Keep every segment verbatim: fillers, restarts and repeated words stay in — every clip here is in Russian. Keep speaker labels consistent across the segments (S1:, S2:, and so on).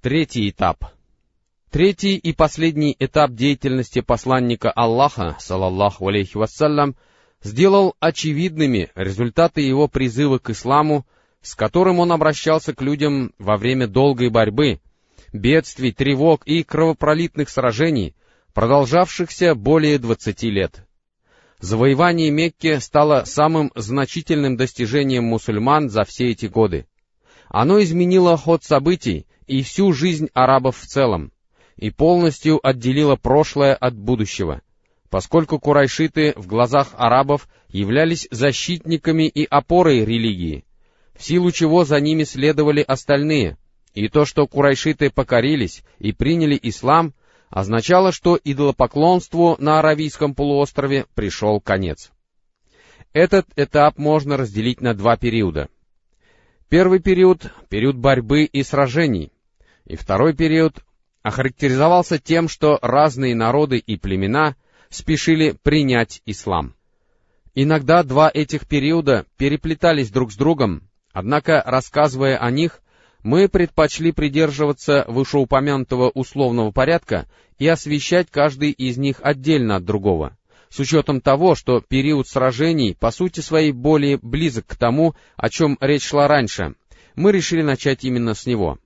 S1: Третий этап. Третий и последний этап деятельности посланника Аллаха, салаллаху алейхи вассалям, сделал очевидными результаты его призыва к исламу, с которым он обращался к людям во время долгой борьбы, бедствий, тревог и кровопролитных сражений, продолжавшихся более двадцати лет. Завоевание Мекки стало самым значительным достижением мусульман за все эти годы. Оно изменило ход событий и всю жизнь арабов в целом, и полностью отделило прошлое от будущего, поскольку курайшиты в глазах арабов являлись защитниками и опорой религии, в силу чего за ними следовали остальные, и то, что курайшиты покорились и приняли ислам, означало, что идолопоклонству на Аравийском полуострове пришел конец. Этот этап можно разделить на два периода. Первый период — период борьбы и сражений, и второй период охарактеризовался тем, что разные народы и племена спешили принять ислам. Иногда два этих периода переплетались друг с другом, однако, рассказывая о них, мы предпочли придерживаться вышеупомянутого условного порядка и освещать каждый из них отдельно от другого, с учетом того, что период сражений по сути своей более близок к тому, о чем речь шла раньше. Мы решили начать именно с него.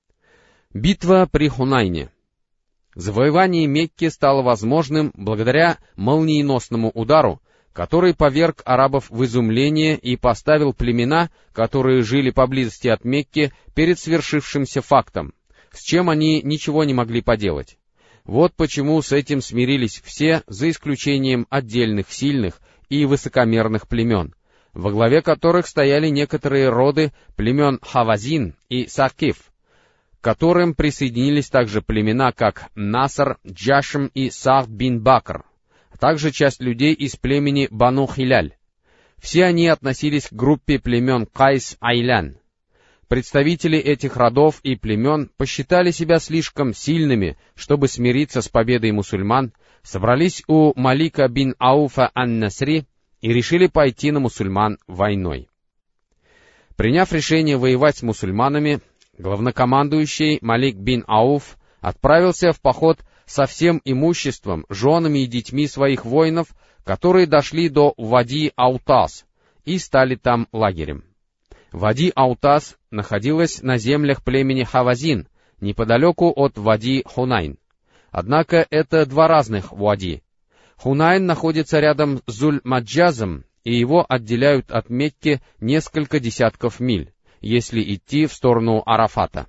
S1: Битва при Хунайне. Завоевание Мекки стало возможным благодаря молниеносному удару, который поверг арабов в изумление и поставил племена, которые жили поблизости от Мекки, перед свершившимся фактом, с чем они ничего не могли поделать. Вот почему с этим смирились все, за исключением отдельных сильных и высокомерных племен, во главе которых стояли некоторые роды племен Хавазин и Сакиф, к которым присоединились также племена, как Наср, Джашм и Сахд бин Бакр, а также часть людей из племени Бану Хиляль. Все они относились к группе племен Кайс-Айлян. Представители этих родов и племен посчитали себя слишком сильными, чтобы смириться с победой мусульман, собрались у Малика бин Ауфа ан-Насри и решили пойти на мусульман войной. Приняв решение воевать с мусульманами, главнокомандующий Малик бин Ауф отправился в поход со всем имуществом, женами и детьми своих воинов, которые дошли до Вади Аутас и стали там лагерем. Вади Аутас находилась на землях племени Хавазин, неподалеку от Вади Хунайн. Однако это два разных Вади. Хунайн находится рядом с Зуль-Маджазом, и его отделяют от Мекки несколько десятков миль, если идти в сторону Арафата.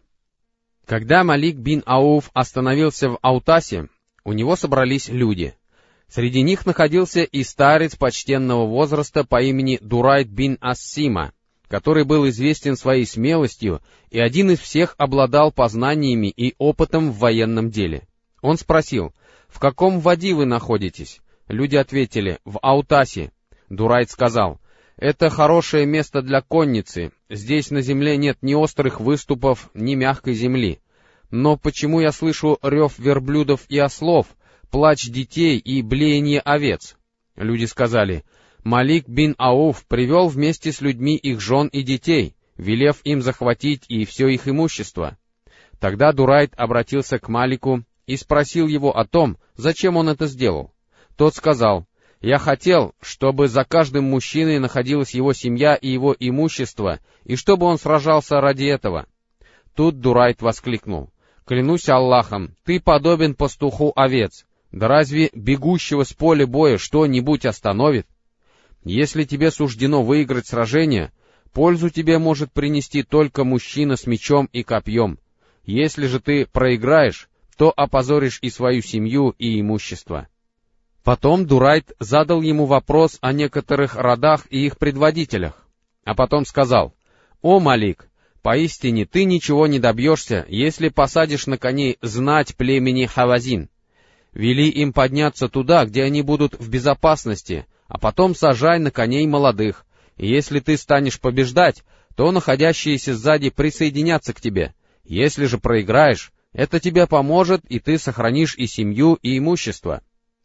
S1: Когда Малик бин Ауф остановился в Аутасе, у него собрались люди. Среди них находился и старец почтенного возраста по имени Дурайд бин Ассима, который был известен своей смелостью и один из всех обладал познаниями и опытом в военном деле. Он спросил: «В каком вади вы находитесь?» Люди ответили: «В Аутасе». Дурайд сказал: «Это хорошее место для конницы. Здесь на земле нет ни острых выступов, ни мягкой земли. Но почему я слышу рев верблюдов и ослов, плач детей и блеяние овец?» Люди сказали: «Малик бин Ауф привел вместе с людьми их жен и детей, велев им захватить и все их имущество». Тогда Дурайд обратился к Малику и спросил его о том, зачем он это сделал. Тот сказал: «Я хотел, чтобы за каждым мужчиной находилась его семья и его имущество, и чтобы он сражался ради этого». Тут Дурайд воскликнул: «Клянусь Аллахом, ты подобен пастуху овец. Да разве бегущего с поля боя что-нибудь остановит? Если тебе суждено выиграть сражение, пользу тебе может принести только мужчина с мечом и копьем. Если же ты проиграешь, то опозоришь и свою семью, и имущество». Потом Дурайд задал ему вопрос о некоторых родах и их предводителях, а потом сказал: «О, Малик, поистине ты ничего не добьешься, если посадишь на коней знать племени Хавазин. Вели им подняться туда, где они будут в безопасности, а потом сажай на коней молодых, и если ты станешь побеждать, то находящиеся сзади присоединятся к тебе. Если же проиграешь, это тебе поможет, и ты сохранишь и семью, и имущество».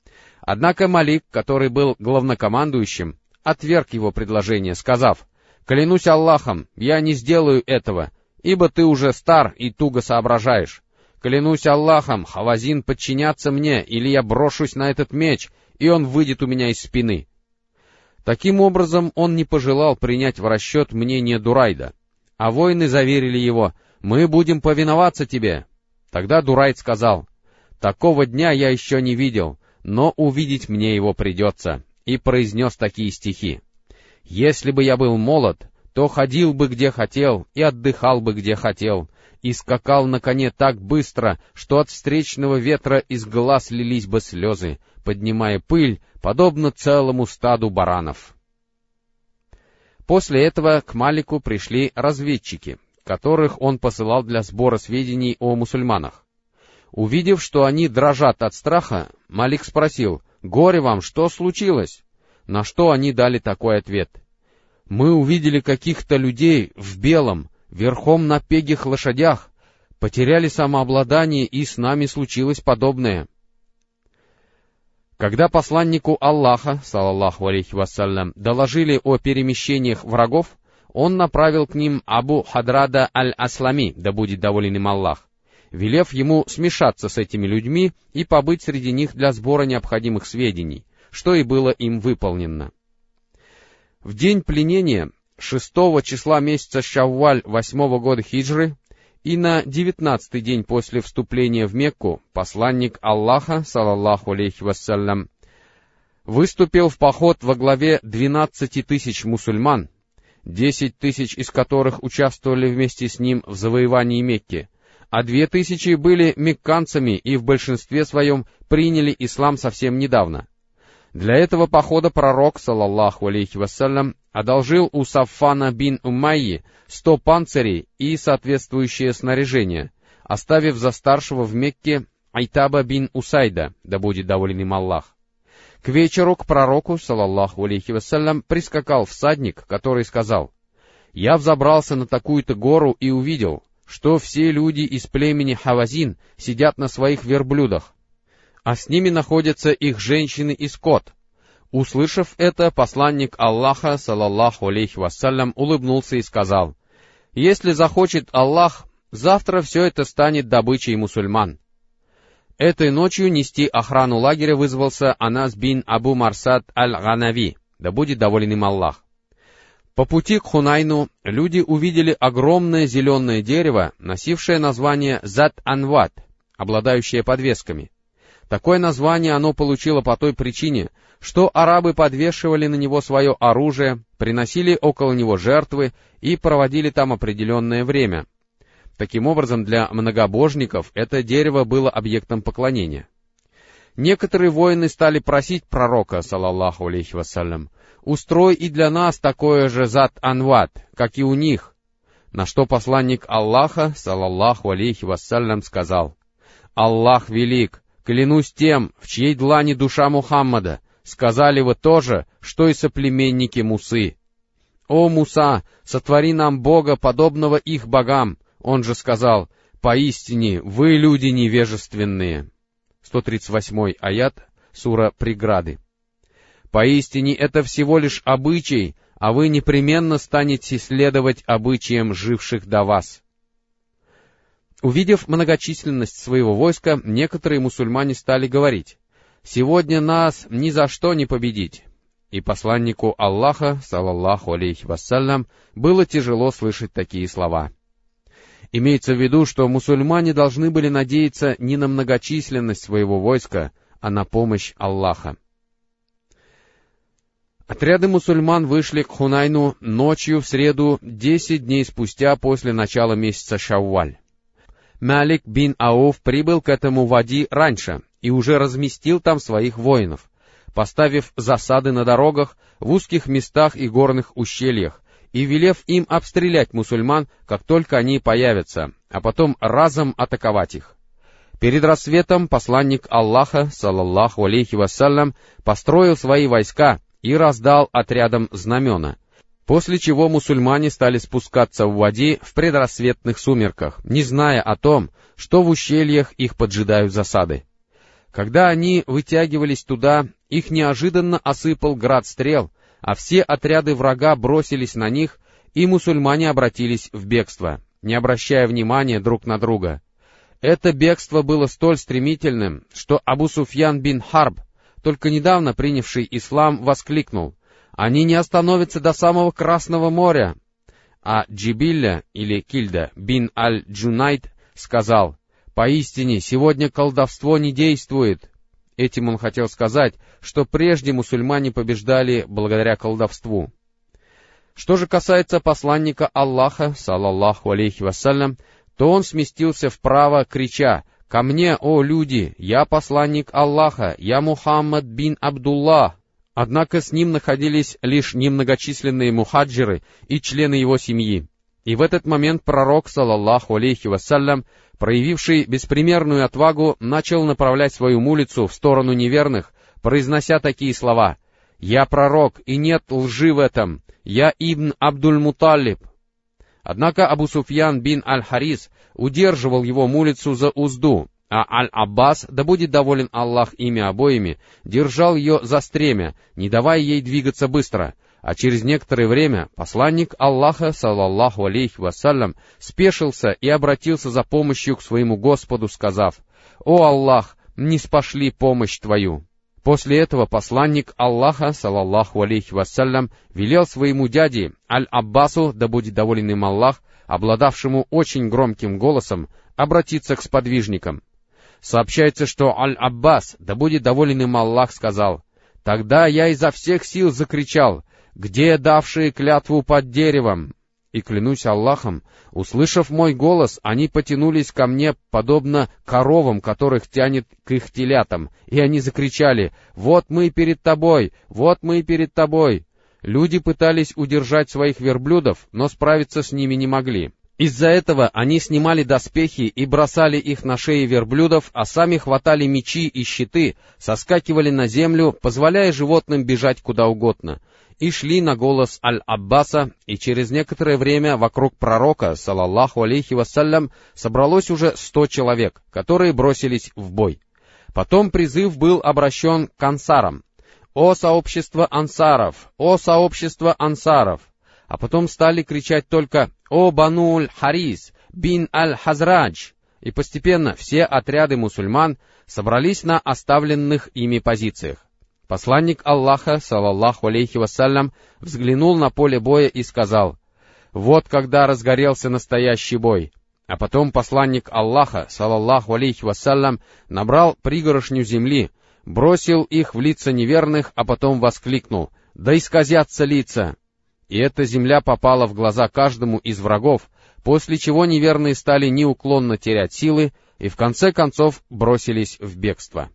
S1: Однако Малик, который был главнокомандующим, отверг его предложение, сказав: «Клянусь Аллахом, я не сделаю этого, ибо ты уже стар и туго соображаешь. Клянусь Аллахом, Хавазин подчинятся мне, или я брошусь на этот меч, и он выйдет у меня из спины». Таким образом, он не пожелал принять в расчет мнение Дурайда, а воины заверили его: «Мы будем повиноваться тебе». Тогда Дурайд сказал: «Такого дня я еще не видел, но увидеть мне его придется», и произнес такие стихи: «Если бы я был молод, то ходил бы где хотел и отдыхал бы где хотел, и скакал на коне так быстро, что от встречного ветра из глаз лились бы слезы, поднимая пыль, подобно целому стаду баранов». После этого к Малику пришли разведчики, которых он посылал для сбора сведений о мусульманах. Увидев, что они дрожат от страха, Малик спросил: «Горе вам, что случилось?» На что они дали такой ответ: «Мы увидели каких-то людей в белом, верхом на пегих лошадях, потеряли самообладание, и с нами случилось подобное». Когда посланнику Аллаха, салаллаху алейхи вассалям, доложили о перемещениях врагов, он направил к ним Абу Хадрада аль-Аслами, да будет доволен им Аллах, велев ему смешаться с этими людьми и побыть среди них для сбора необходимых сведений, что и было им выполнено. В день пленения, шестого числа месяца Шавваль восьмого года хиджры, и на девятнадцатый день после вступления в Мекку, посланник Аллаха, салаллаху алейхи вассалям, выступил в поход во главе двенадцати тысяч мусульман, десять тысяч из которых участвовали вместе с ним в завоевании Мекки, а две тысячи были мекканцами и в большинстве своем приняли ислам совсем недавно. Для этого похода пророк, салаллаху алейхи вассалям, одолжил у Саффана бин Умайи сто панцирей и соответствующее снаряжение, оставив за старшего в Мекке Айтаба бин Усайда, да будет доволен им Аллах. К вечеру к пророку, салаллаху алейхи вассалям, прискакал всадник, который сказал: «Я взобрался на такую-то гору и увидел, что все люди из племени Хавазин сидят на своих верблюдах, а с ними находятся их женщины и скот». Услышав это, посланник Аллаха, салаллаху алейхи вассалям, улыбнулся и сказал: «Если захочет Аллах, завтра все это станет добычей мусульман». Этой ночью нести охрану лагеря вызвался Анас бин Абу Марсад аль-Ганави, да будет доволен им Аллах. По пути к Хунайну люди увидели огромное зеленое дерево, носившее название Зат-Анват, обладающее подвесками. Такое название оно получило по той причине, что арабы подвешивали на него свое оружие, приносили около него жертвы и проводили там определенное время. Таким образом, для многобожников это дерево было объектом поклонения. Некоторые воины стали просить пророка, салаллаху алейхи вассалям: «Устрой и для нас такое же Зат-Анват, как и у них». На что посланник Аллаха, салаллаху алейхи вассалям, сказал: «Аллах велик, клянусь тем, в чьей длани душа Мухаммада, сказали вы то же, что и соплеменники Мусы. О Муса, сотвори нам Бога, подобного их богам». Он же сказал: «Поистине, вы люди невежественные». сто тридцать восьмой аят, сура Преграды. «Поистине, это всего лишь обычай, а вы непременно станете следовать обычаям живших до вас». Увидев многочисленность своего войска, некоторые мусульмане стали говорить: «Сегодня нас ни за что не победить». И посланнику Аллаха, салаллаху алейхи вассалям, было тяжело слышать такие слова. Имеется в виду, что мусульмане должны были надеяться не на многочисленность своего войска, а на помощь Аллаха. Отряды мусульман вышли к Хунайну ночью в среду, десять дней спустя после начала месяца Шавваль. Малик бин Ауф прибыл к этому вади раньше и уже разместил там своих воинов, поставив засады на дорогах, в узких местах и горных ущельях, и велев им обстрелять мусульман, как только они появятся, а потом разом атаковать их. Перед рассветом посланник Аллаха, салаллаху алейхи вассалям, построил свои войска и раздал отрядам знамена, после чего мусульмане стали спускаться в вади в предрассветных сумерках, не зная о том, что в ущельях их поджидают засады. Когда они вытягивались туда, их неожиданно осыпал град стрел, а все отряды врага бросились на них, и мусульмане обратились в бегство, не обращая внимания друг на друга. Это бегство было столь стремительным, что Абу Суфьян бин Харб, только недавно принявший ислам, воскликнул: «Они не остановятся до самого Красного моря!» А Джибилля, или Кильда, бин Аль-Джунайд сказал: «Поистине, сегодня колдовство не действует». Этим он хотел сказать, что прежде мусульмане побеждали благодаря колдовству. Что же касается посланника Аллаха, салаллаху алейхи вассалям, то он сместился вправо, крича: «Ко мне, о люди! Я посланник Аллаха! Я Мухаммад бин Абдуллах!» Однако с ним находились лишь немногочисленные мухаджиры и члены его семьи. И в этот момент пророк, салаллаху алейхи вассалям, проявивший беспримерную отвагу, начал направлять свою мулицу в сторону неверных, произнося такие слова: «Я пророк, и нет лжи в этом! Я Ибн Абдуль-Муталиб!» Однако Абу Суфьян бин Аль-Харис удерживал его мулицу за узду, а Аль-Аббас, да будет доволен Аллах ими обоими, держал ее за стремя, не давая ей двигаться быстро. А через некоторое время посланник Аллаха, салаллаху алейхи вассалям, спешился и обратился за помощью к своему Господу, сказав: «О Аллах, ниспошли помощь Твою». После этого посланник Аллаха, салаллаху алейхи вассалям, велел своему дяде Аль-Аббасу, да будет доволен им Аллах, обладавшему очень громким голосом, обратиться к сподвижникам. Сообщается, что Аль-Аббас, да будет доволен им Аллах, сказал: «Тогда я изо всех сил закричал: где давшие клятву под деревом? И клянусь Аллахом, услышав мой голос, они потянулись ко мне, подобно коровам, которых тянет к их телятам, и они закричали: вот мы перед тобой, вот мы перед тобой». Люди пытались удержать своих верблюдов, но справиться с ними не могли. Из-за этого они снимали доспехи и бросали их на шеи верблюдов, а сами хватали мечи и щиты, соскакивали на землю, позволяя животным бежать куда угодно, и шли на голос Аль-Аббаса, и через некоторое время вокруг пророка, салаллаху алейхи вассалям, собралось уже сто человек, которые бросились в бой. Потом призыв был обращен к ансарам: «О сообщество ансаров! О сообщество ансаров!» А потом стали кричать только: «О Бануль Харис бин Аль-Хазрадж!» И постепенно все отряды мусульман собрались на оставленных ими позициях. Посланник Аллаха, салаллаху алейхи вассалям, взглянул на поле боя и сказал: «Вот когда разгорелся настоящий бой». А потом посланник Аллаха, салаллаху алейхи вассалям, набрал пригорошню земли, бросил их в лица неверных, а потом воскликнул: «Да исказятся лица!» И эта земля попала в глаза каждому из врагов, после чего неверные стали неуклонно терять силы и в конце концов бросились в бегство.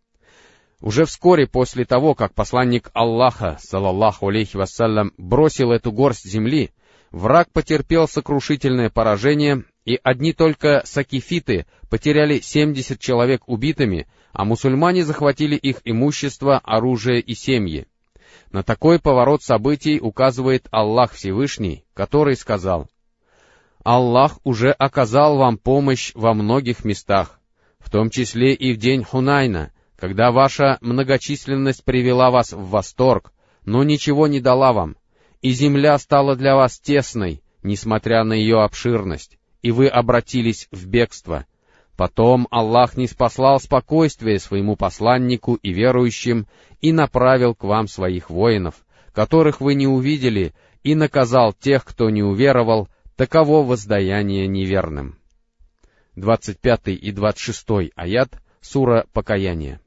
S1: Уже вскоре после того, как посланник Аллаха, салаллаху алейхи вассалям, бросил эту горсть земли, враг потерпел сокрушительное поражение, и одни только сакифиты потеряли семьдесят человек убитыми, а мусульмане захватили их имущество, оружие и семьи. На такой поворот событий указывает Аллах Всевышний, который сказал: «Аллах уже оказал вам помощь во многих местах, в том числе и в день Хунайна, когда ваша многочисленность привела вас в восторг, но ничего не дала вам, и земля стала для вас тесной, несмотря на ее обширность, и вы обратились в бегство. Потом Аллах ниспослал спокойствие своему посланнику и верующим и направил к вам своих воинов, которых вы не увидели, и наказал тех, кто не уверовал, таково воздаяние неверным». двадцать пятый и двадцать шестой аят, сура Покаяние.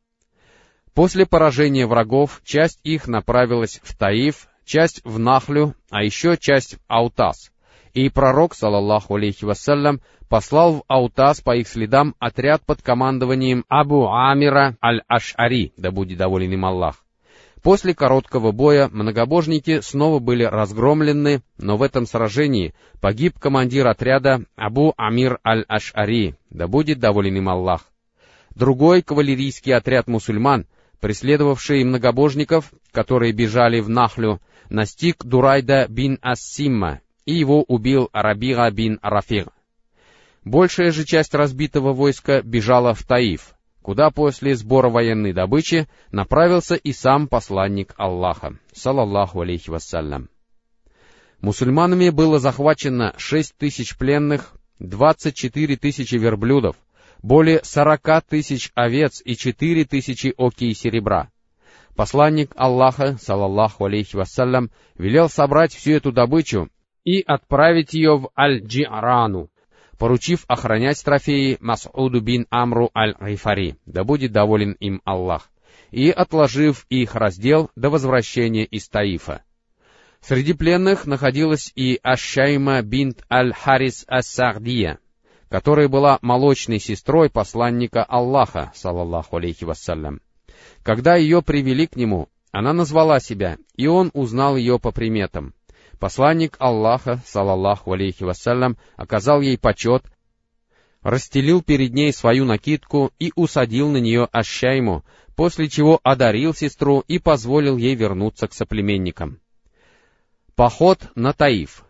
S1: После поражения врагов часть их направилась в Таиф, часть в Нахлю, а еще часть в Аутас. И пророк, салаллаху алейхи вассалям, послал в Аутас по их следам отряд под командованием Абу Амира Аль-Аш'ари, да будет доволен им Аллах. После короткого боя многобожники снова были разгромлены, но в этом сражении погиб командир отряда Абу Амир Аль-Аш'ари, да будет доволен им Аллах. Другой кавалерийский отряд мусульман, преследовавший многобожников, которые бежали в Нахлю, настиг Дурайда бин Ас-Симма, и его убил Рабига бин Рафиг. Большая же часть разбитого войска бежала в Таиф, куда после сбора военной добычи направился и сам посланник Аллаха, салаллаху алейхи вассалям. Мусульманами было захвачено шесть тысяч пленных, двадцать четыре тысячи верблюдов, более сорока тысяч овец и четыре тысячи окий серебра. Посланник Аллаха, салаллаху алейхи вассалям, велел собрать всю эту добычу и отправить ее в Аль-Джи'рану, поручив охранять трофеи Мас'уду бин Амру аль-Гифари, да будет доволен им Аллах, и отложив их раздел до возвращения из Таифа. Среди пленных находилась и Аш-Шайма бинт аль-Харис ас-Сагдия, которая была молочной сестрой посланника Аллаха, салаллаху алейхи вассалям. Когда ее привели к нему, она назвала себя, и он узнал ее по приметам. Посланник Аллаха, салаллаху алейхи вассалям, оказал ей почет, расстелил перед ней свою накидку и усадил на нее Аш-Шайму, после чего одарил сестру и позволил ей вернуться к соплеменникам. Поход на Таиф.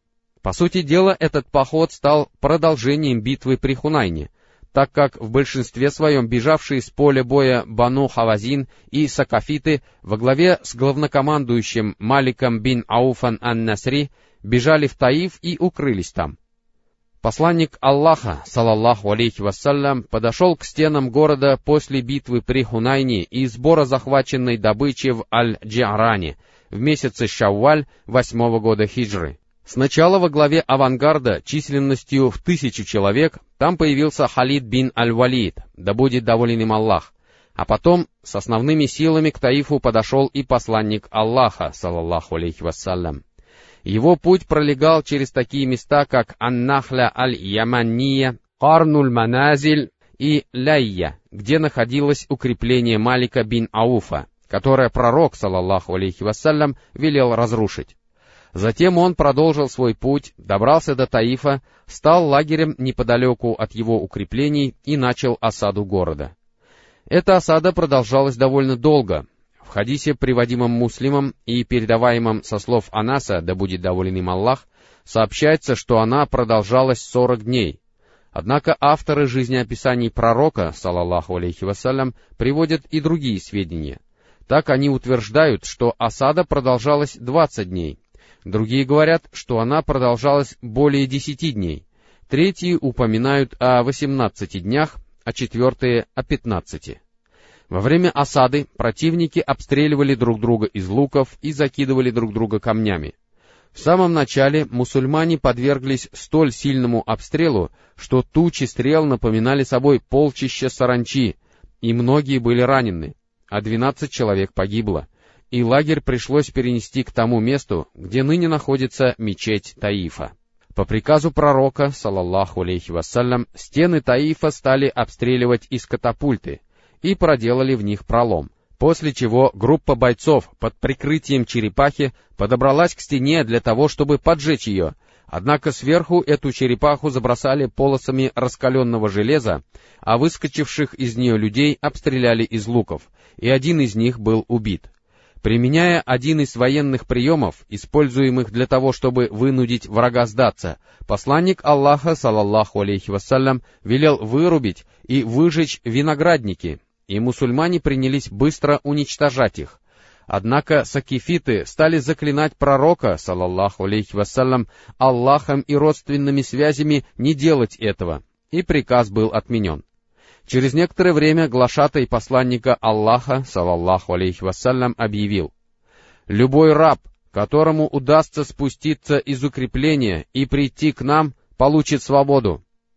S1: По сути дела, этот поход стал продолжением битвы при Хунайне, так как в большинстве своем бежавшие с поля боя Бану Хавазин и Сакафиты во главе с главнокомандующим Маликом бин Ауфан ан-Насри бежали в Таиф и укрылись там. Посланник Аллаха, салаллаху алейхи вассалям, подошел к стенам города после битвы при Хунайне и сбора захваченной добычи в Аль-Джи'ране в месяце Шавваль восьмого года хиджры. Сначала во главе авангарда численностью в тысячу человек там появился Халид бин аль-Валид, да будет доволен им Аллах, а потом с основными силами к Таифу подошел и посланник Аллаха, салаллаху алейхи вассалям. Его путь пролегал через такие места, как Ан-Нахля аль-Яманния, Карнуль-Маназиль и Ляйя, где находилось укрепление Малика бин Ауфа, которое пророк, салаллаху алейхи вассалям, велел разрушить. Затем он продолжил свой путь, добрался до Таифа, стал лагерем неподалеку от его укреплений и начал осаду города. Эта осада продолжалась довольно долго. В хадисе, приводимом Муслимом и передаваемом со слов Анаса, да будет доволен им Аллах, сообщается, что она продолжалась сорок дней. Однако авторы жизнеописаний пророка, салаллаху алейхи вассалям, приводят и другие сведения. Так они утверждают, что осада продолжалась двадцать дней. Другие говорят, что она продолжалась более десяти дней. Третьи упоминают о восемнадцати днях, а четвертые — о пятнадцати. Во время осады противники обстреливали друг друга из луков и закидывали друг друга камнями. В самом начале мусульмане подверглись столь сильному обстрелу, что тучи стрел напоминали собой полчища саранчи, и многие были ранены, а двенадцать человек погибло, и лагерь пришлось перенести к тому месту, где ныне находится мечеть Таифа. По приказу пророка, салаллаху алейхи вассалям, стены Таифа стали обстреливать из катапульты и проделали в них пролом, после чего группа бойцов под прикрытием черепахи подобралась к стене для того, чтобы поджечь ее, однако сверху эту черепаху забросали полосами раскаленного железа, а выскочивших из нее людей обстреляли из луков, и один из них был убит. Применяя один из военных приемов, используемых для того, чтобы вынудить врага сдаться, посланник Аллаха, салаллаху алейхи вассалям, велел вырубить и выжечь виноградники, и мусульмане принялись быстро уничтожать их. Однако сакифиты стали заклинать пророка, салаллаху алейхи вассалям, Аллахом и родственными связями не делать этого, и приказ был отменен. Через некоторое время глашатай посланника Аллаха, салаллаху алейхи вассалям, объявил: «Любой раб, которому удастся спуститься из укрепления и прийти к нам, получит свободу».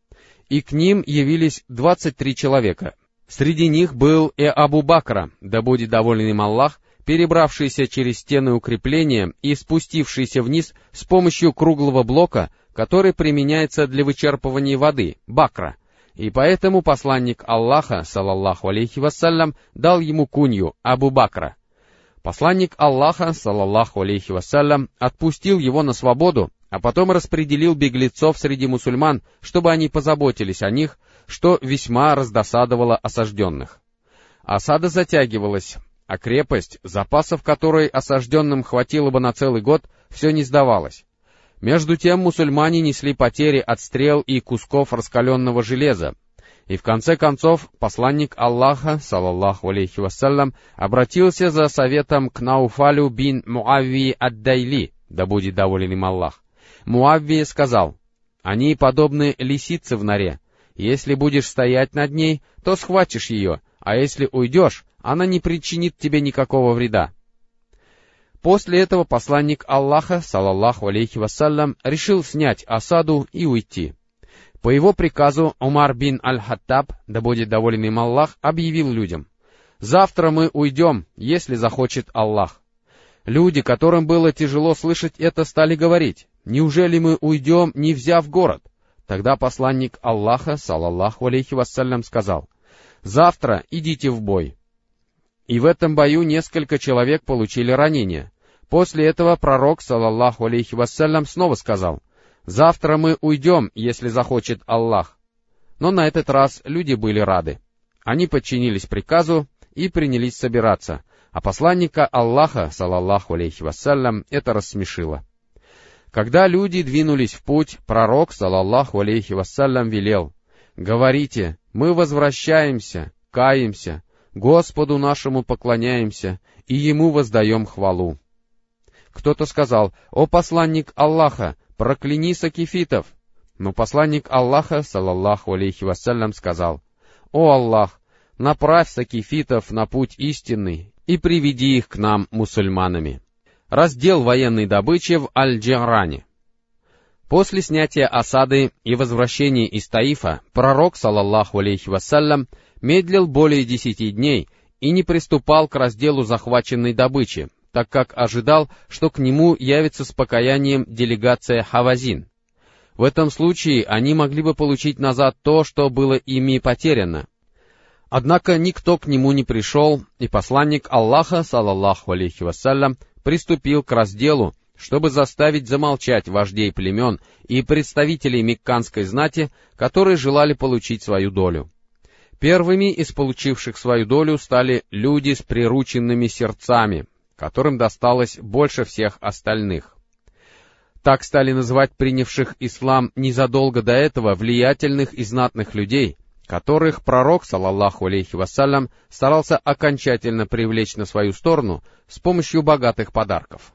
S1: И к ним явились двадцать три человека. Среди них был и Абу Бакра, да будет доволен им Аллах, перебравшийся через стены укрепления и спустившийся вниз с помощью круглого блока, который применяется для вычерпывания воды, бакра. И поэтому посланник Аллаха, салаллаху алейхи вассалям, дал ему кунью Абу Бакра. Посланник Аллаха, салаллаху алейхи вассалям, отпустил его на свободу, а потом распределил беглецов среди мусульман, чтобы они позаботились о них, что весьма раздосадовало осажденных. Осада затягивалась, а крепость, запасов которой осажденным хватило бы на целый год, все не сдавалась. Между тем мусульмане несли потери от стрел и кусков раскаленного железа, и в конце концов посланник Аллаха, салаллаху алейхи вассалям, обратился за советом к Науфалю бин Муавии ад-Дайли, да будет доволен им Аллах. Муаввия сказал: «Они подобны лисице в норе. Если будешь стоять над ней, то схватишь ее, а если уйдешь, она не причинит тебе никакого вреда». После этого посланник Аллаха, салаллаху алейхи вассалям, решил снять осаду и уйти. По его приказу Умар бин аль-Хаттаб, да будет доволен им Аллах, объявил людям: «Завтра мы уйдем, если захочет Аллах». Люди, которым было тяжело слышать это, стали говорить: «Неужели мы уйдем, не взяв город?» Тогда посланник Аллаха, салаллаху алейхи вассалям, сказал: «Завтра идите в бой». И в этом бою несколько человек получили ранения. После этого пророк, салаллаху алейхи вассалям, снова сказал: «Завтра мы уйдем, если захочет Аллах». Но на этот раз люди были рады. Они подчинились приказу и принялись собираться, а посланника Аллаха, салаллаху алейхи вассалям, это рассмешило. Когда люди двинулись в путь, пророк, салаллаху алейхи вассалям, велел: «Говорите, мы возвращаемся, каемся, Господу нашему поклоняемся и Ему воздаем хвалу». Кто-то сказал: «О посланник Аллаха, прокляни сакифитов». Но посланник Аллаха, салаллаху алейхи вассалям, сказал: «О Аллах, направь сакифитов на путь истинный и приведи их к нам мусульманами». Раздел военной добычи в Аль-Джиране. После снятия осады и возвращения из Таифа, пророк, салаллаху алейхи вассалям, медлил более десяти дней и не приступал к разделу захваченной добычи, так как ожидал, что к нему явится с покаянием делегация Хавазин. В этом случае они могли бы получить назад то, что было ими потеряно. Однако никто к нему не пришел, и посланник Аллаха, салаллаху алейхи вассалям, приступил к разделу, чтобы заставить замолчать вождей племен и представителей мекканской знати, которые желали получить свою долю. Первыми из получивших свою долю стали люди с прирученными сердцами, которым досталось больше всех остальных. Так стали называть принявших ислам незадолго до этого влиятельных и знатных людей, которых пророк, салаллаху алейхи вассалям, старался окончательно привлечь на свою сторону с помощью богатых подарков.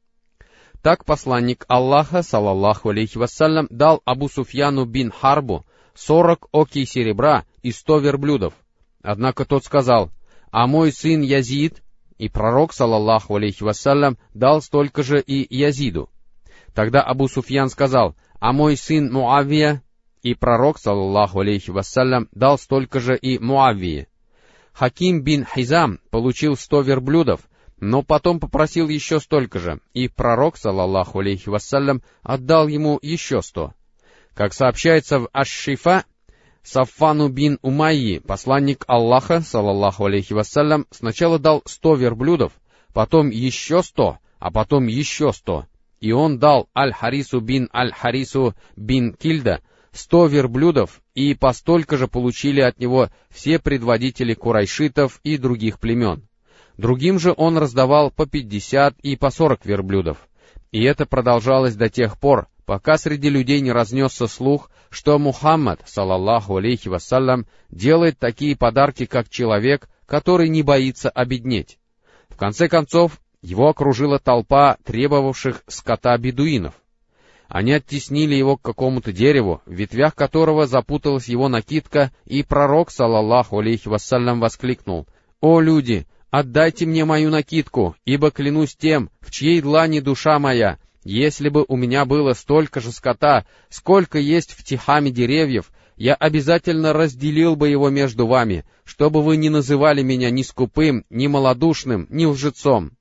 S1: Так посланник Аллаха, салаллаху алейхи вассалям, дал Абу Суфьяну бин Харбу сорок окий серебра и сто верблюдов. Однако тот сказал: «А мой сын Язид», и пророк, салаллаху алейхи вассалям, дал столько же и Язиду. Тогда Абу Суфьян сказал: «А мой сын Муавия», и пророк, саллаллаху алейхи вассалям, дал столько же и Муавии. Хаким бин Хизам получил сто верблюдов, но потом попросил еще столько же, и пророк, саллаллаху алейхи вассалям, отдал ему еще сто. Как сообщается в Аш-Шифа, Саффану бин Умайи, посланник Аллаха, саллаллаху алейхи вассалям, сначала дал сто верблюдов, потом еще сто, а потом еще сто, и он дал Аль-Харису бин Аль-Харису бин Кильда сто верблюдов, и по столько же получили от него все предводители курайшитов и других племен. Другим же он раздавал по пятьдесят и по сорок верблюдов. И это продолжалось до тех пор, пока среди людей не разнесся слух, что Мухаммад, салаллаху алейхи вассалям, делает такие подарки, как человек, который не боится обеднеть. В конце концов, его окружила толпа требовавших скота бедуинов. Они оттеснили его к какому-то дереву, в ветвях которого запуталась его накидка, и пророк, салаллаху алейхи вассалям, воскликнул: «О люди, отдайте мне мою накидку, ибо клянусь тем, в чьей длани душа моя, если бы у меня было столько же скота, сколько есть в тихаме деревьев, я обязательно разделил бы его между вами, чтобы вы не называли меня ни скупым, ни малодушным, ни лжецом».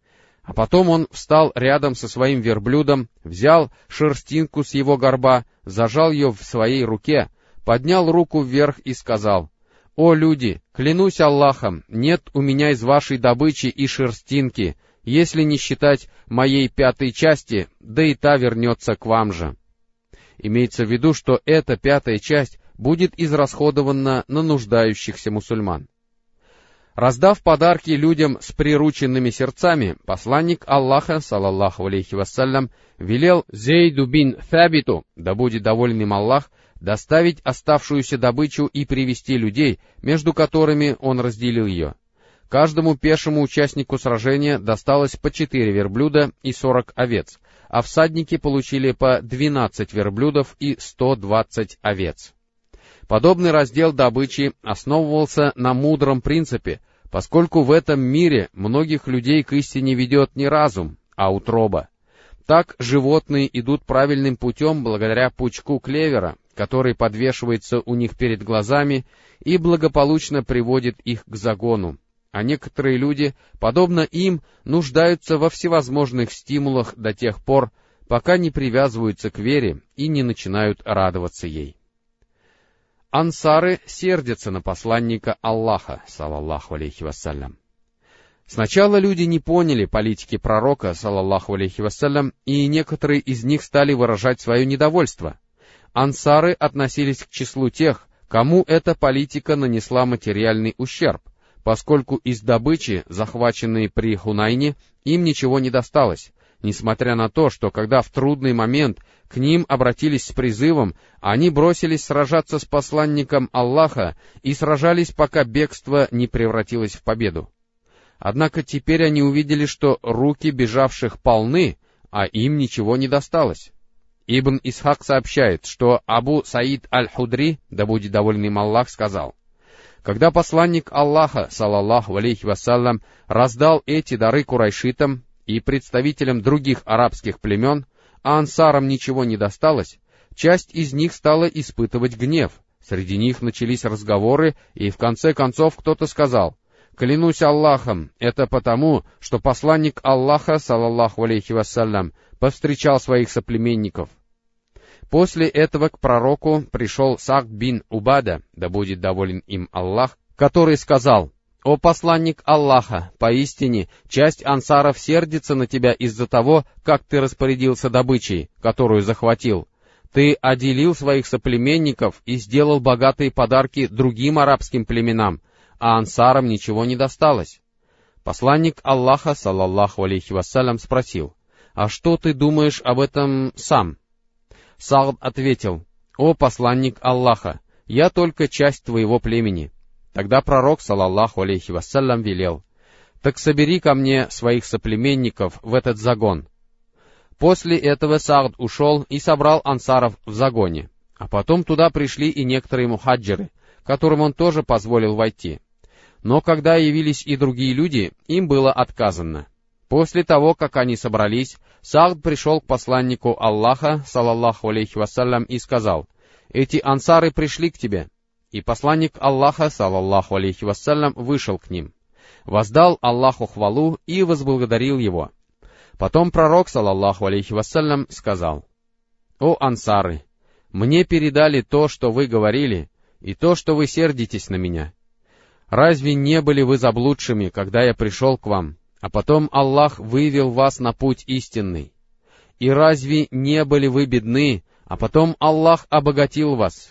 S1: А потом он встал рядом со своим верблюдом, взял шерстинку с его горба, зажал ее в своей руке, поднял руку вверх и сказал: «О люди, клянусь Аллахом, нет у меня из вашей добычи и шерстинки, если не считать моей пятой части, да и та вернется к вам же». Имеется в виду, что эта пятая часть будет израсходована на нуждающихся мусульман. Раздав подарки людям с прирученными сердцами, посланник Аллаха, салаллаху алейхи вассалям, велел Зейду бин Фабиту, да будет доволен им Аллах, доставить оставшуюся добычу и привести людей, между которыми он разделил ее. Каждому пешему участнику сражения досталось по четыре верблюда и сорок овец, а всадники получили по двенадцать верблюдов и сто двадцать овец. Подобный раздел добычи основывался на мудром принципе, поскольку в этом мире многих людей к истине ведет не разум, а утроба. Так животные идут правильным путем благодаря пучку клевера, который подвешивается у них перед глазами и благополучно приводит их к загону. А некоторые люди, подобно им, нуждаются во всевозможных стимулах до тех пор, пока не привязываются к вере и не начинают радоваться ей. Ансары сердятся на посланника Аллаха, салаллаху алейхи вассалям. Сначала люди не поняли политики пророка, салаллаху алейхи вассалям, и некоторые из них стали выражать свое недовольство. Ансары относились к числу тех, кому эта политика нанесла материальный ущерб, поскольку из добычи, захваченной при Хунайне, им ничего не досталось, несмотря на то, что когда в трудный момент к ним обратились с призывом, они бросились сражаться с посланником Аллаха и сражались, пока бегство не превратилось в победу. Однако теперь они увидели, что руки бежавших полны, а им ничего не досталось. Ибн Исхак сообщает, что Абу Саид аль-Худри, да будет доволен им Аллах, сказал: когда посланник Аллаха, салаллаху алейхи вассалям, раздал эти дары курайшитам и представителям других арабских племен, а ансарам ничего не досталось, часть из них стала испытывать гнев. Среди них начались разговоры, и в конце концов кто-то сказал: «Клянусь Аллахом, это потому, что посланник Аллаха, салаллаху алейхи вассалям, повстречал своих соплеменников». После этого к пророку пришел Саад бин Убада, да будет доволен им Аллах, который сказал: «О посланник Аллаха, поистине, часть ансаров сердится на тебя из-за того, как ты распорядился добычей, которую захватил. Ты отделил своих соплеменников и сделал богатые подарки другим арабским племенам, а ансарам ничего не досталось». Посланник Аллаха, салаллаху алейхи вассалям, спросил: «А что ты думаешь об этом сам?» Саад ответил: «О посланник Аллаха, я только часть твоего племени». Тогда пророк, салаллаху алейхи вассалям, велел: «Так собери ко мне своих соплеменников в этот загон». После этого Саад ушел и собрал ансаров в загоне, а потом туда пришли и некоторые мухаджиры, которым он тоже позволил войти. Но когда явились и другие люди, им было отказано. После того, как они собрались, Саад пришел к посланнику Аллаха, салаллаху алейхи вассалям, и сказал: «Эти ансары пришли к тебе». И посланник Аллаха, салаллаху алейхи вассалям, вышел к ним, воздал Аллаху хвалу и возблагодарил его. Потом пророк, салаллаху алейхи вассалям, сказал: «О ансары, мне передали то, что вы говорили, и то, что вы сердитесь на меня. Разве не были вы заблудшими, когда я пришел к вам, а потом Аллах вывел вас на путь истинный? И разве не были вы бедны, а потом Аллах обогатил вас?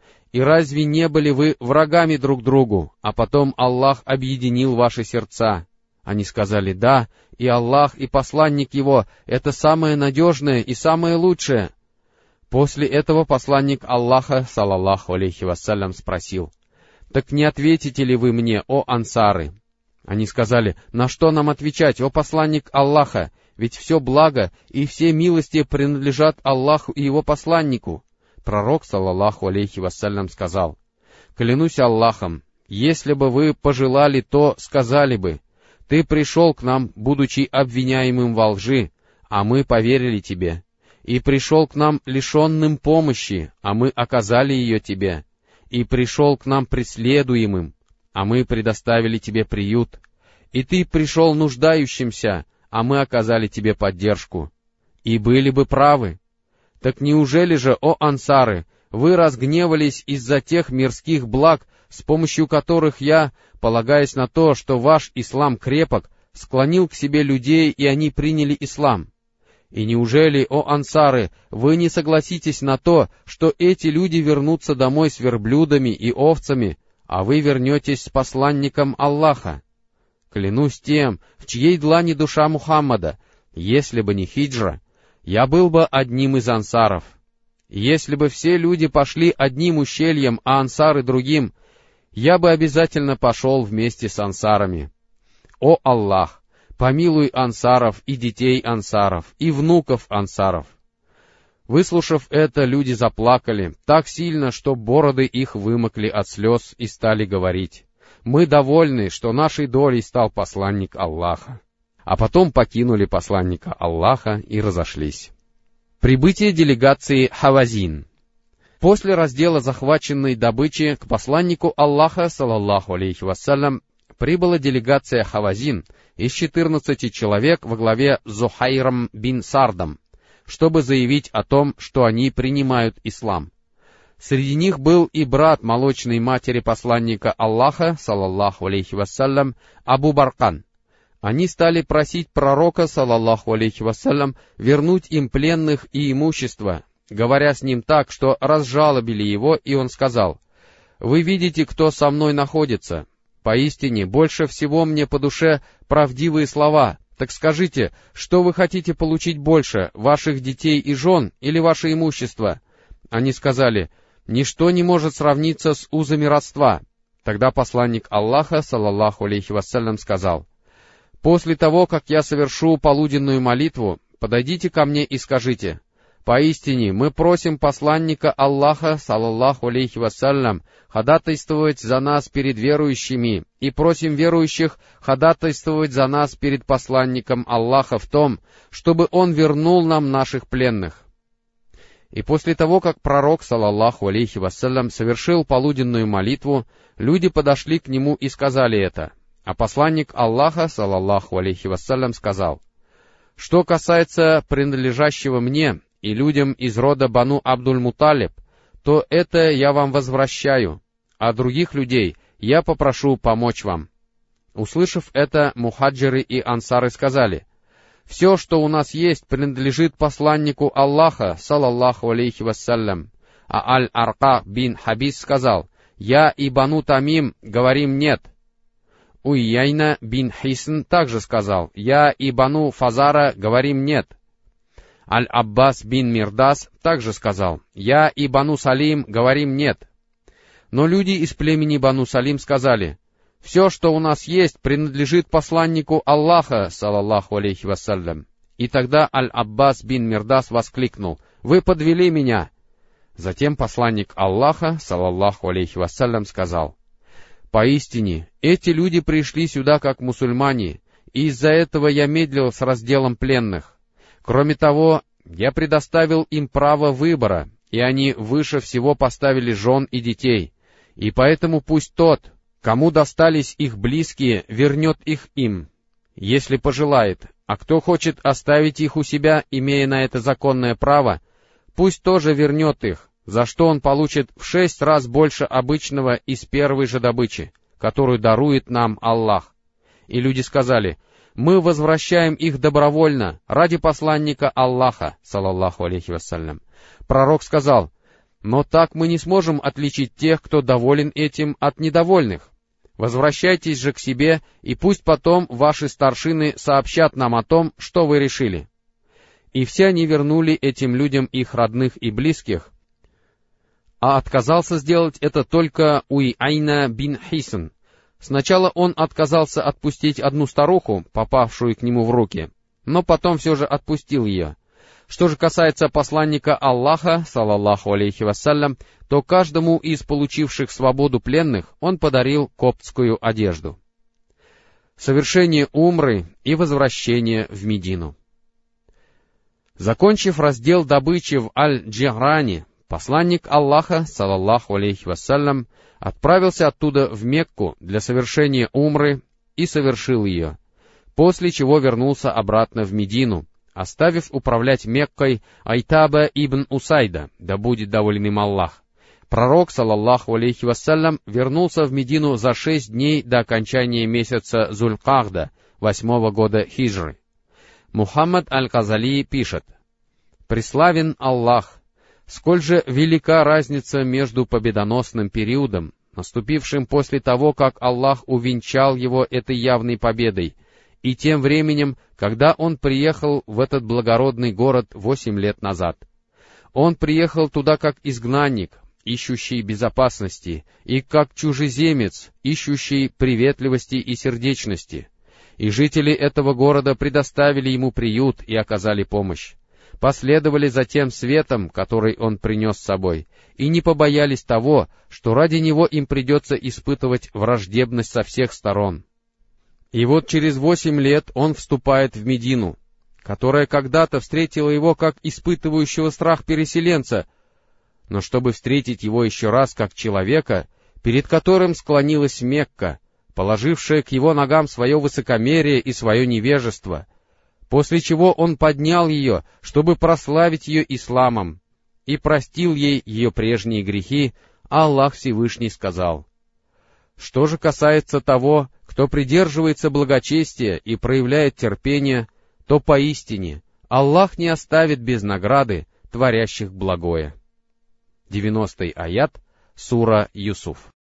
S1: И разве не были вы врагами друг другу, а потом Аллах объединил ваши сердца?» Они сказали: «Да, и Аллах, и посланник его — это самое надежное и самое лучшее». После этого посланник Аллаха, салаллаху алейхи вассалям, спросил: «Так не ответите ли вы мне, о ансары?» Они сказали: «На что нам отвечать, о посланник Аллаха? Ведь все благо и все милости принадлежат Аллаху и его посланнику». Пророк, салаллаху алейхи вассалям, сказал: «Клянусь Аллахом, если бы вы пожелали, то сказали бы: ты пришел к нам, будучи обвиняемым во лжи, а мы поверили тебе, и пришел к нам лишенным помощи, а мы оказали ее тебе, и пришел к нам преследуемым, а мы предоставили тебе приют, и ты пришел нуждающимся, а мы оказали тебе поддержку, и были бы правы. Так неужели же, о ансары, вы разгневались из-за тех мирских благ, с помощью которых я, полагаясь на то, что ваш ислам крепок, склонил к себе людей, и они приняли ислам? И неужели, о ансары, вы не согласитесь на то, что эти люди вернутся домой с верблюдами и овцами, а вы вернетесь с посланником Аллаха? Клянусь тем, в чьей длани душа Мухаммада, если бы не хиджра, я был бы одним из ансаров. Если бы все люди пошли одним ущельем, а ансары другим, я бы обязательно пошел вместе с ансарами. О Аллах! помилуй ансаров и детей ансаров, и внуков ансаров». Выслушав это, люди заплакали так сильно, что бороды их вымокли от слез и стали говорить: «Мы довольны, что нашей долей стал посланник Аллаха». А потом покинули посланника Аллаха и разошлись. Прибытие делегации Хавазин. После раздела захваченной добычи к посланнику Аллаха, салаллаху алейхи вассалям, прибыла делегация Хавазин из четырнадцати человек во главе с Зухайром бин Сардом, чтобы заявить о том, что они принимают ислам. Среди них был и брат молочной матери посланника Аллаха, салаллаху алейхи вассалям, Абу Баркан. Они стали просить пророка, салаллаху алейхи вассалям, вернуть им пленных и имущество, говоря с ним так, что разжалобили его, и он сказал: «Вы видите, кто со мной находится. Поистине, больше всего мне по душе правдивые слова. Так скажите, что вы хотите получить больше, ваших детей и жен или ваше имущество?» Они сказали: «Ничто не может сравниться с узами родства». Тогда посланник Аллаха, салаллаху алейхи вассалям, сказал: «После того, как я совершу полуденную молитву, подойдите ко мне и скажите: поистине мы просим посланника Аллаха, салаллаху алейхи вассалям, ходатайствовать за нас перед верующими, и просим верующих ходатайствовать за нас перед посланником Аллаха в том, чтобы он вернул нам наших пленных». И после того, как пророк, салаллаху алейхи вассалям, совершил полуденную молитву, люди подошли к нему и сказали это. А посланник Аллаха, салаллаху алейхи вассалям, сказал: «Что касается принадлежащего мне и людям из рода Бану Абдуль-Муталиб, то это я вам возвращаю, а других людей я попрошу помочь вам». Услышав это, мухаджиры и ансары сказали: «Все, что у нас есть, принадлежит посланнику Аллаха, салаллаху алейхи вассалям». А Аль-Арка бин Хабис сказал: «Я и Бану Тамим говорим нет». Уйяйна бин Хисн также сказал: «Я и Бану Фазара говорим нет». Аль-Аббас бин Мирдас также сказал: «Я и Бану Салим говорим нет». Но люди из племени Бану Салим сказали: «Все, что у нас есть, принадлежит посланнику Аллаха, салаллаху алейхи вассалям». И тогда Аль-Аббас бин Мирдас воскликнул: «Вы подвели меня!» Затем посланник Аллаха, салаллаху алейхи вассалям, сказал: «Поистине, эти люди пришли сюда как мусульмане, и из-за этого я медлил с разделом пленных. Кроме того, я предоставил им право выбора, и они выше всего поставили жен и детей, и поэтому пусть тот, кому достались их близкие, вернет их им, если пожелает, а кто хочет оставить их у себя, имея на это законное право, пусть тоже вернет их, за что он получит в шесть раз больше обычного из первой же добычи, которую дарует нам Аллах». И люди сказали: «Мы возвращаем их добровольно, ради посланника Аллаха, салаллаху алейхи вассалям». Пророк сказал: «Но так мы не сможем отличить тех, кто доволен этим, от недовольных. Возвращайтесь же к себе, и пусть потом ваши старшины сообщат нам о том, что вы решили». И все они вернули этим людям их родных и близких, а отказался сделать это только Уйайна бин Хисн. Сначала он отказался отпустить одну старуху, попавшую к нему в руки, но потом все же отпустил ее. Что же касается посланника Аллаха, салаллаху алейхи вассалям, то каждому из получивших свободу пленных он подарил коптскую одежду. Совершение умры и возвращение в Медину. Закончив раздел добычи в Аль-Джихране, посланник Аллаха, салаллаху алейхи вассалям, отправился оттуда в Мекку для совершения умры и совершил ее, после чего вернулся обратно в Медину, оставив управлять Меккой Айтаба ибн Усайда, да будет доволен им Аллах. Пророк, салаллаху алейхи вассалям, вернулся в Медину за шесть дней до окончания месяца Зуль-Ка'да, восьмого года хиджры. Мухаммад аль-Казали пишет: «Преславен Аллах! Сколь же велика разница между победоносным периодом, наступившим после того, как Аллах увенчал его этой явной победой, и тем временем, когда он приехал в этот благородный город восемь лет назад. Он приехал туда как изгнанник, ищущий безопасности, и как чужеземец, ищущий приветливости и сердечности. И жители этого города предоставили ему приют и оказали помощь, последовали за тем светом, который он принес с собой, и не побоялись того, что ради него им придется испытывать враждебность со всех сторон. И вот через восемь лет он вступает в Медину, которая когда-то встретила его как испытывающего страх переселенца, но чтобы встретить его еще раз как человека, перед которым склонилась Мекка, положившая к его ногам свое высокомерие и свое невежество, после чего он поднял ее, чтобы прославить ее исламом, и простил ей ее прежние грехи, а Аллах Всевышний сказал: «Что же касается того, кто придерживается благочестия и проявляет терпение, то поистине Аллах не оставит без награды творящих благое». девяностый аят, сура Юсуф.